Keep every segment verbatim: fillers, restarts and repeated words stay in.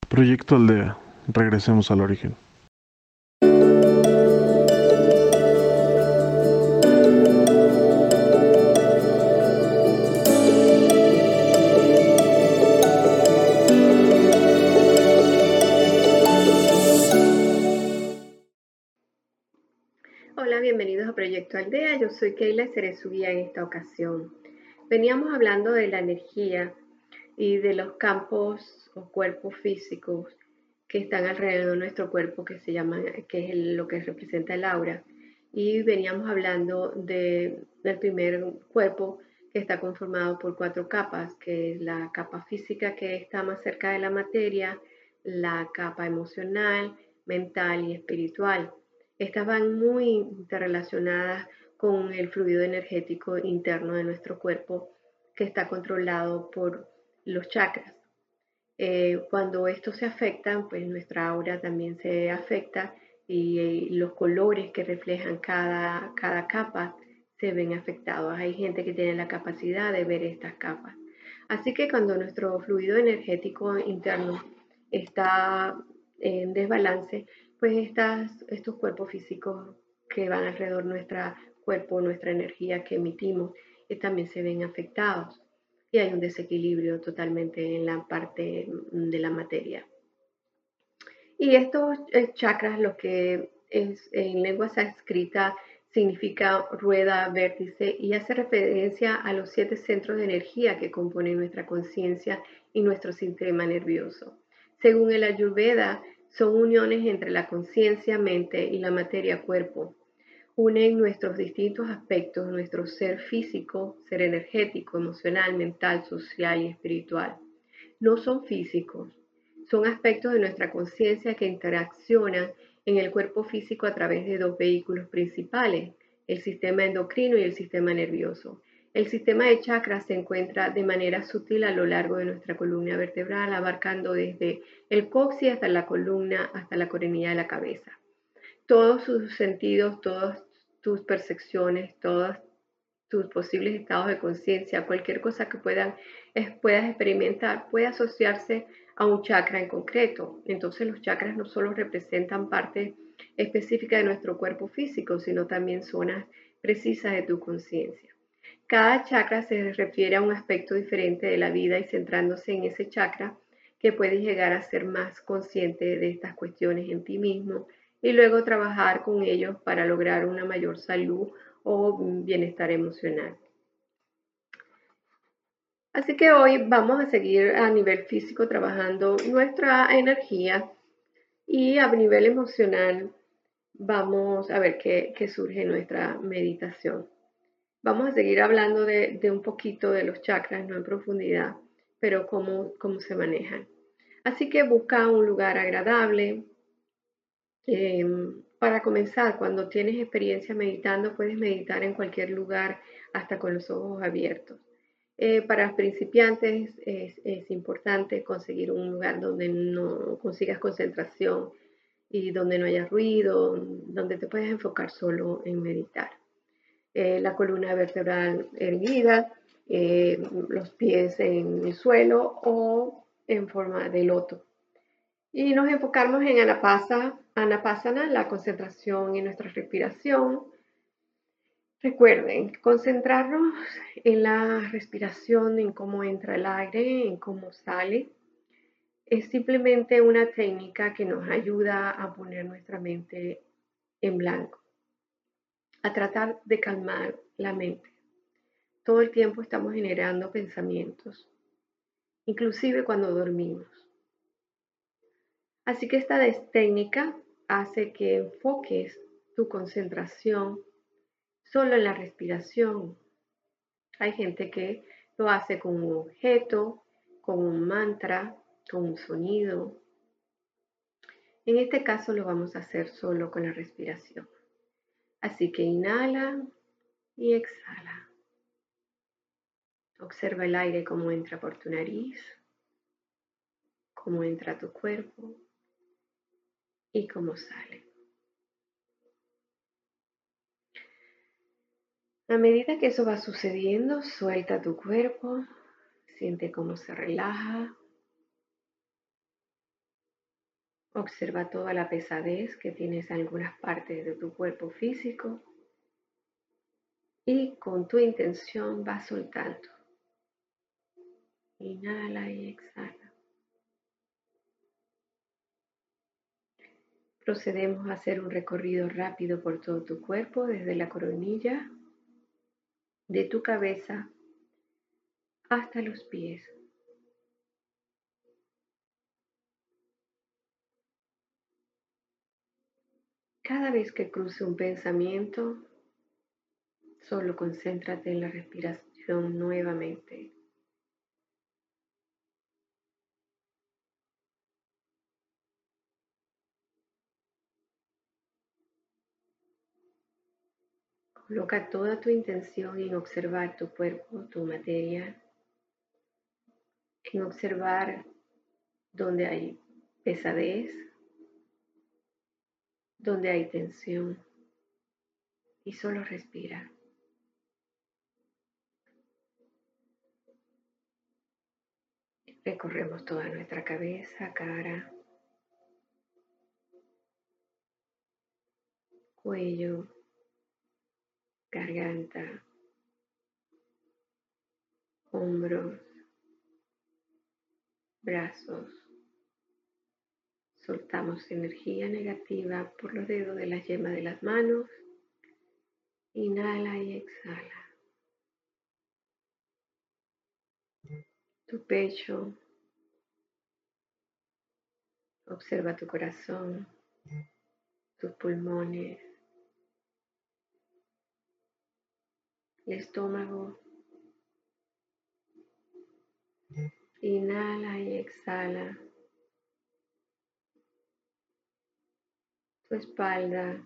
Proyecto Aldea. Regresemos al origen. Hola, bienvenidos a Proyecto Aldea. Yo soy Keila y seré su guía en esta ocasión. Veníamos hablando de la energía y de los campos o cuerpos físicos que están alrededor de nuestro cuerpo, que se llaman, que es el- lo que representa el aura. Y veníamos hablando de, del primer cuerpo, que está conformado por cuatro capas, que es la capa física, que está más cerca de la materia, la capa emocional, mental y espiritual. Estas van muy interrelacionadas con el fluido energético interno de nuestro cuerpo, que está controlado por los chakras. Eh, cuando estos se afectan, pues nuestra aura también se afecta y eh, los colores que reflejan cada, cada capa se ven afectados. Hay gente que tiene la capacidad de ver estas capas. Así que cuando nuestro fluido energético interno está en desbalance, pues estas, estos cuerpos físicos que van alrededor de nuestro cuerpo, nuestra energía que emitimos, eh, también se ven afectados y hay un desequilibrio totalmente en la parte de la materia. Y estos eh, chakras, lo que es en lengua sánscrita significa rueda, vértice y hace referencia a los siete centros de energía que componen nuestra conciencia y nuestro sistema nervioso. Según el Ayurveda, son uniones entre la conciencia, mente y la materia cuerpo. Unen nuestros distintos aspectos, nuestro ser físico, ser energético, emocional, mental, social y espiritual. No son físicos, son aspectos de nuestra conciencia que interaccionan en el cuerpo físico a través de dos vehículos principales, el sistema endocrino y el sistema nervioso. El sistema de chakras se encuentra de manera sutil a lo largo de nuestra columna vertebral, abarcando desde el coxis hasta la columna, hasta la coronilla de la cabeza. Todos sus sentidos, todas tus percepciones, todos tus posibles estados de conciencia, cualquier cosa que puedan, es, puedas experimentar, puede asociarse a un chakra en concreto. Entonces los chakras no solo representan parte específica de nuestro cuerpo físico, sino también zonas precisas de tu conciencia. Cada chakra se refiere a un aspecto diferente de la vida y centrándose en ese chakra que puedes llegar a ser más consciente de estas cuestiones en ti mismo y luego trabajar con ellos para lograr una mayor salud o bienestar emocional. Así que hoy vamos a seguir a nivel físico trabajando nuestra energía y a nivel emocional vamos a ver qué, qué surge en nuestra meditación. Vamos a seguir hablando de, de un poquito de los chakras, no en profundidad, pero cómo, cómo se manejan. Así que busca un lugar agradable. Eh, para comenzar, cuando tienes experiencia meditando, puedes meditar en cualquier lugar, hasta con los ojos abiertos. Eh, para principiantes es, es importante conseguir un lugar donde no consigas concentración y donde no haya ruido, donde te puedas enfocar solo en meditar. Eh, la columna vertebral erguida, eh, los pies en el suelo o en forma de loto. Y nos enfocamos en Anapasa, Anapasana, la concentración en nuestra respiración. Recuerden, concentrarnos en la respiración, en cómo entra el aire, en cómo sale. Es simplemente una técnica que nos ayuda a poner nuestra mente en blanco, a tratar de calmar la mente. Todo el tiempo estamos generando pensamientos, inclusive cuando dormimos. Así que esta técnica hace que enfoques tu concentración solo en la respiración. Hay gente que lo hace con un objeto, con un mantra, con un sonido. En este caso lo vamos a hacer solo con la respiración. Así que inhala y exhala. Observa el aire cómo entra por tu nariz, cómo entra a tu cuerpo y cómo sale. A medida que eso va sucediendo, suelta tu cuerpo, siente cómo se relaja Observa toda la pesadez que tienes en algunas partes de tu cuerpo físico y con tu intención vas soltando. Inhala y exhala. Procedemos a hacer un recorrido rápido por todo tu cuerpo, desde la coronilla de tu cabeza hasta los pies. Cada vez que cruce un pensamiento, solo concéntrate en la respiración nuevamente. Coloca toda tu intención en observar tu cuerpo, tu materia, en observar donde hay pesadez, donde hay tensión, y solo respira. Recorremos toda nuestra cabeza, cara, cuello, garganta, hombros, brazos. Soltamos energía negativa por los dedos de las yemas de las manos. Inhala y exhala. Tu pecho. Observa tu corazón, tus pulmones, el estómago. Inhala y exhala. Tu espalda.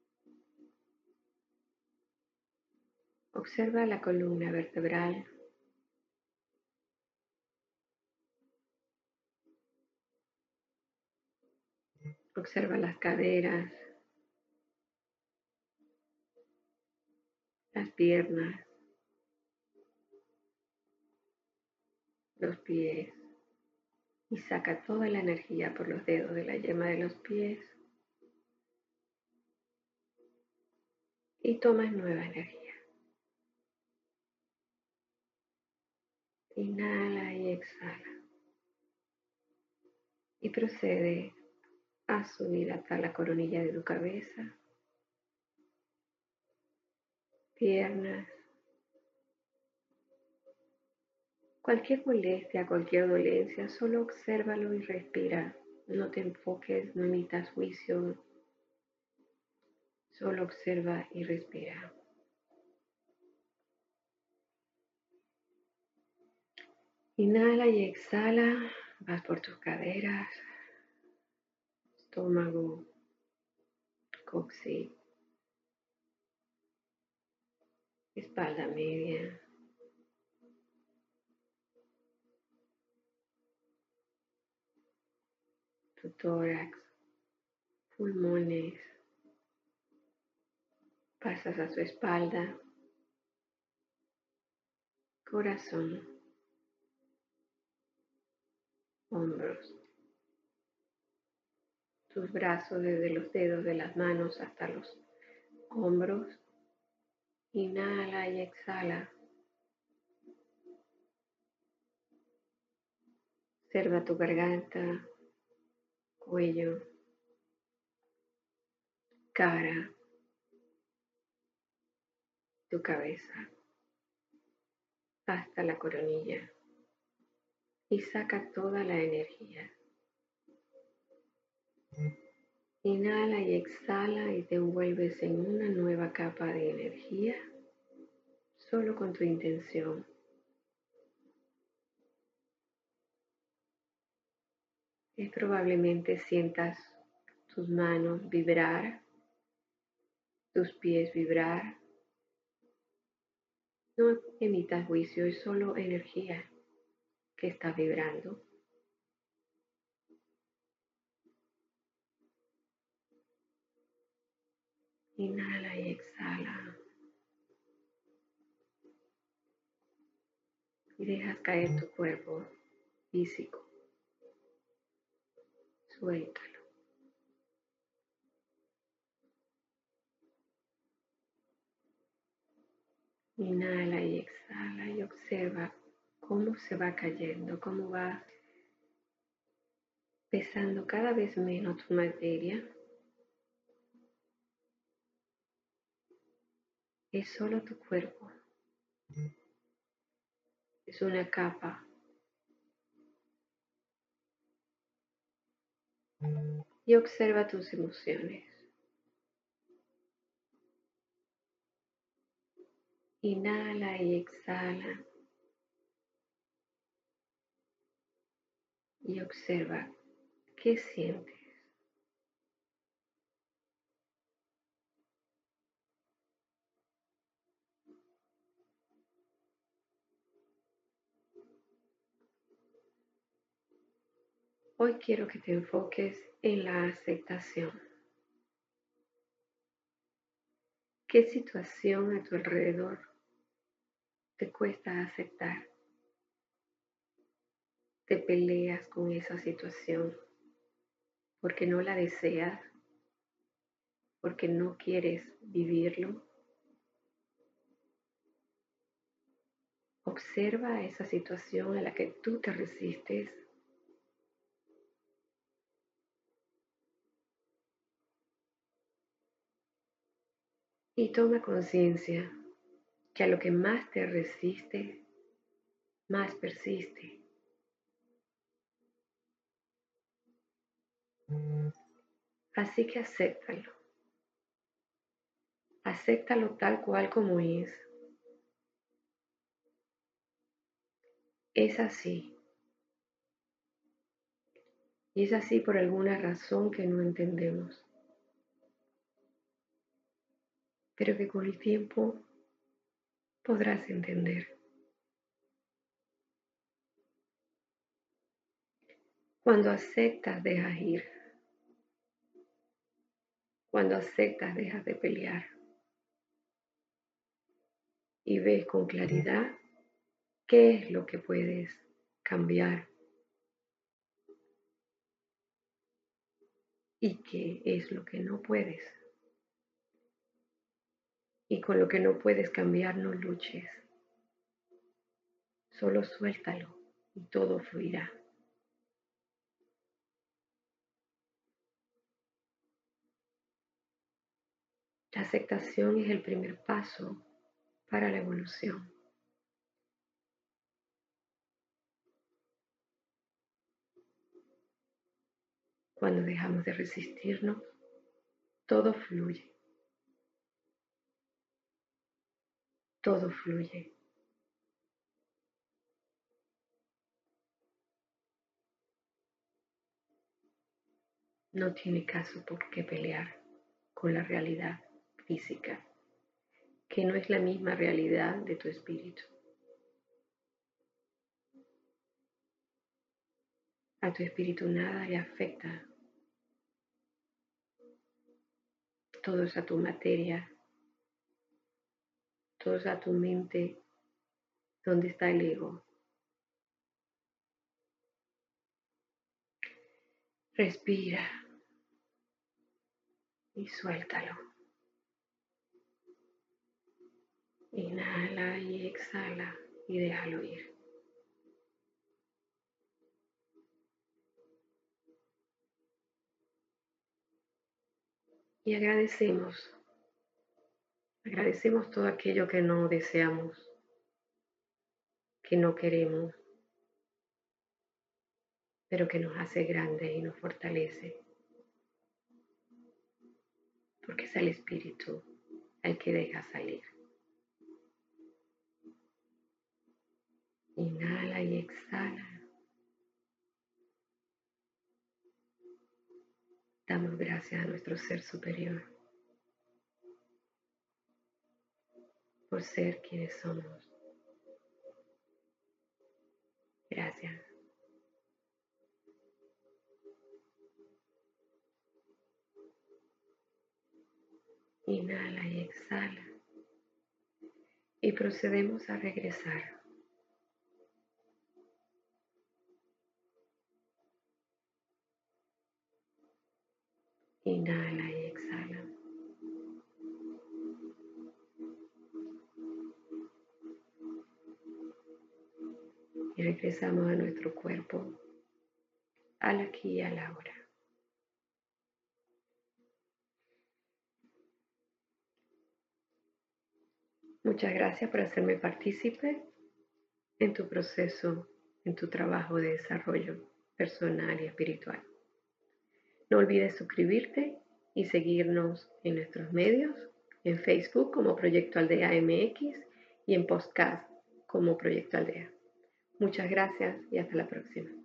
Observa la columna vertebral. Observa las caderas, las piernas, los pies. Y saca toda la energía por los dedos de la yema de los pies. Y tomas nueva energía. Inhala y exhala. Y procede a subir hasta la coronilla de tu cabeza, piernas. Cualquier molestia, cualquier dolencia, solo obsérvalo y respira. No te enfoques, no emitas juicio, solo observa y respira. Inhala y exhala, vas por tus caderas, estómago, coxis, espalda media, tu tórax, pulmones, pasas a su espalda, corazón, hombros, tus brazos desde los dedos de las manos hasta los hombros. Inhala y exhala. Observa tu garganta, cuello, cara, tu cabeza, hasta la coronilla. Y saca toda la energía. Inhala y exhala y te envuelves en una nueva capa de energía, solo con tu intención. Y probablemente sientas tus manos vibrar, tus pies vibrar. No emitas juicio, es solo energía que está vibrando. Inhala y exhala. Y dejas caer tu cuerpo físico. Suéltalo. Inhala y exhala y observa cómo se va cayendo, cómo va pesando cada vez menos tu materia. Es solo tu cuerpo. Es una capa. Y observa tus emociones. Inhala y exhala. Y observa qué sientes. Hoy quiero que te enfoques en la aceptación. ¿Qué situación a tu alrededor te cuesta aceptar? Te peleas con esa situación porque no la deseas, porque no quieres vivirlo. Observa esa situación a la que tú te resistes. Y toma conciencia que a lo que más te resiste, más persiste. Así que acéptalo. Acéptalo tal cual como es. Es así. Y es así por alguna razón que no entendemos. Pero que con el tiempo podrás entender. Cuando aceptas, dejas ir. Cuando aceptas, dejas de pelear. Y ves con claridad qué es lo que puedes cambiar y qué es lo que no puedes. Y con lo que no puedes cambiar, no luches. Solo suéltalo y todo fluirá. La aceptación es el primer paso para la evolución. Cuando dejamos de resistirnos, todo fluye. Todo fluye. No tiene caso por qué pelear con la realidad física, que no es la misma realidad de tu espíritu. A tu espíritu nada le afecta. Todo es a tu materia, todo es a tu mente, donde está el ego. Respira y suéltalo. Inhala y exhala y déjalo ir. Y agradecemos, agradecemos todo aquello que no deseamos, que no queremos, pero que nos hace grandes y nos fortalece. Porque es el espíritu el que deja salir. Inhala y exhala. Damos gracias a nuestro ser superior por ser quienes somos. Gracias. Inhala y exhala. Y procedemos a regresar. Inhala y exhala. regresamos a nuestro cuerpo, al aquí y a la ahora. Muchas gracias por hacerme partícipe en tu proceso, en tu trabajo de desarrollo personal y espiritual. No olvides suscribirte y seguirnos en nuestros medios, en Facebook como Proyecto Aldea M X y en podcast como Proyecto Aldea. Muchas gracias y hasta la próxima.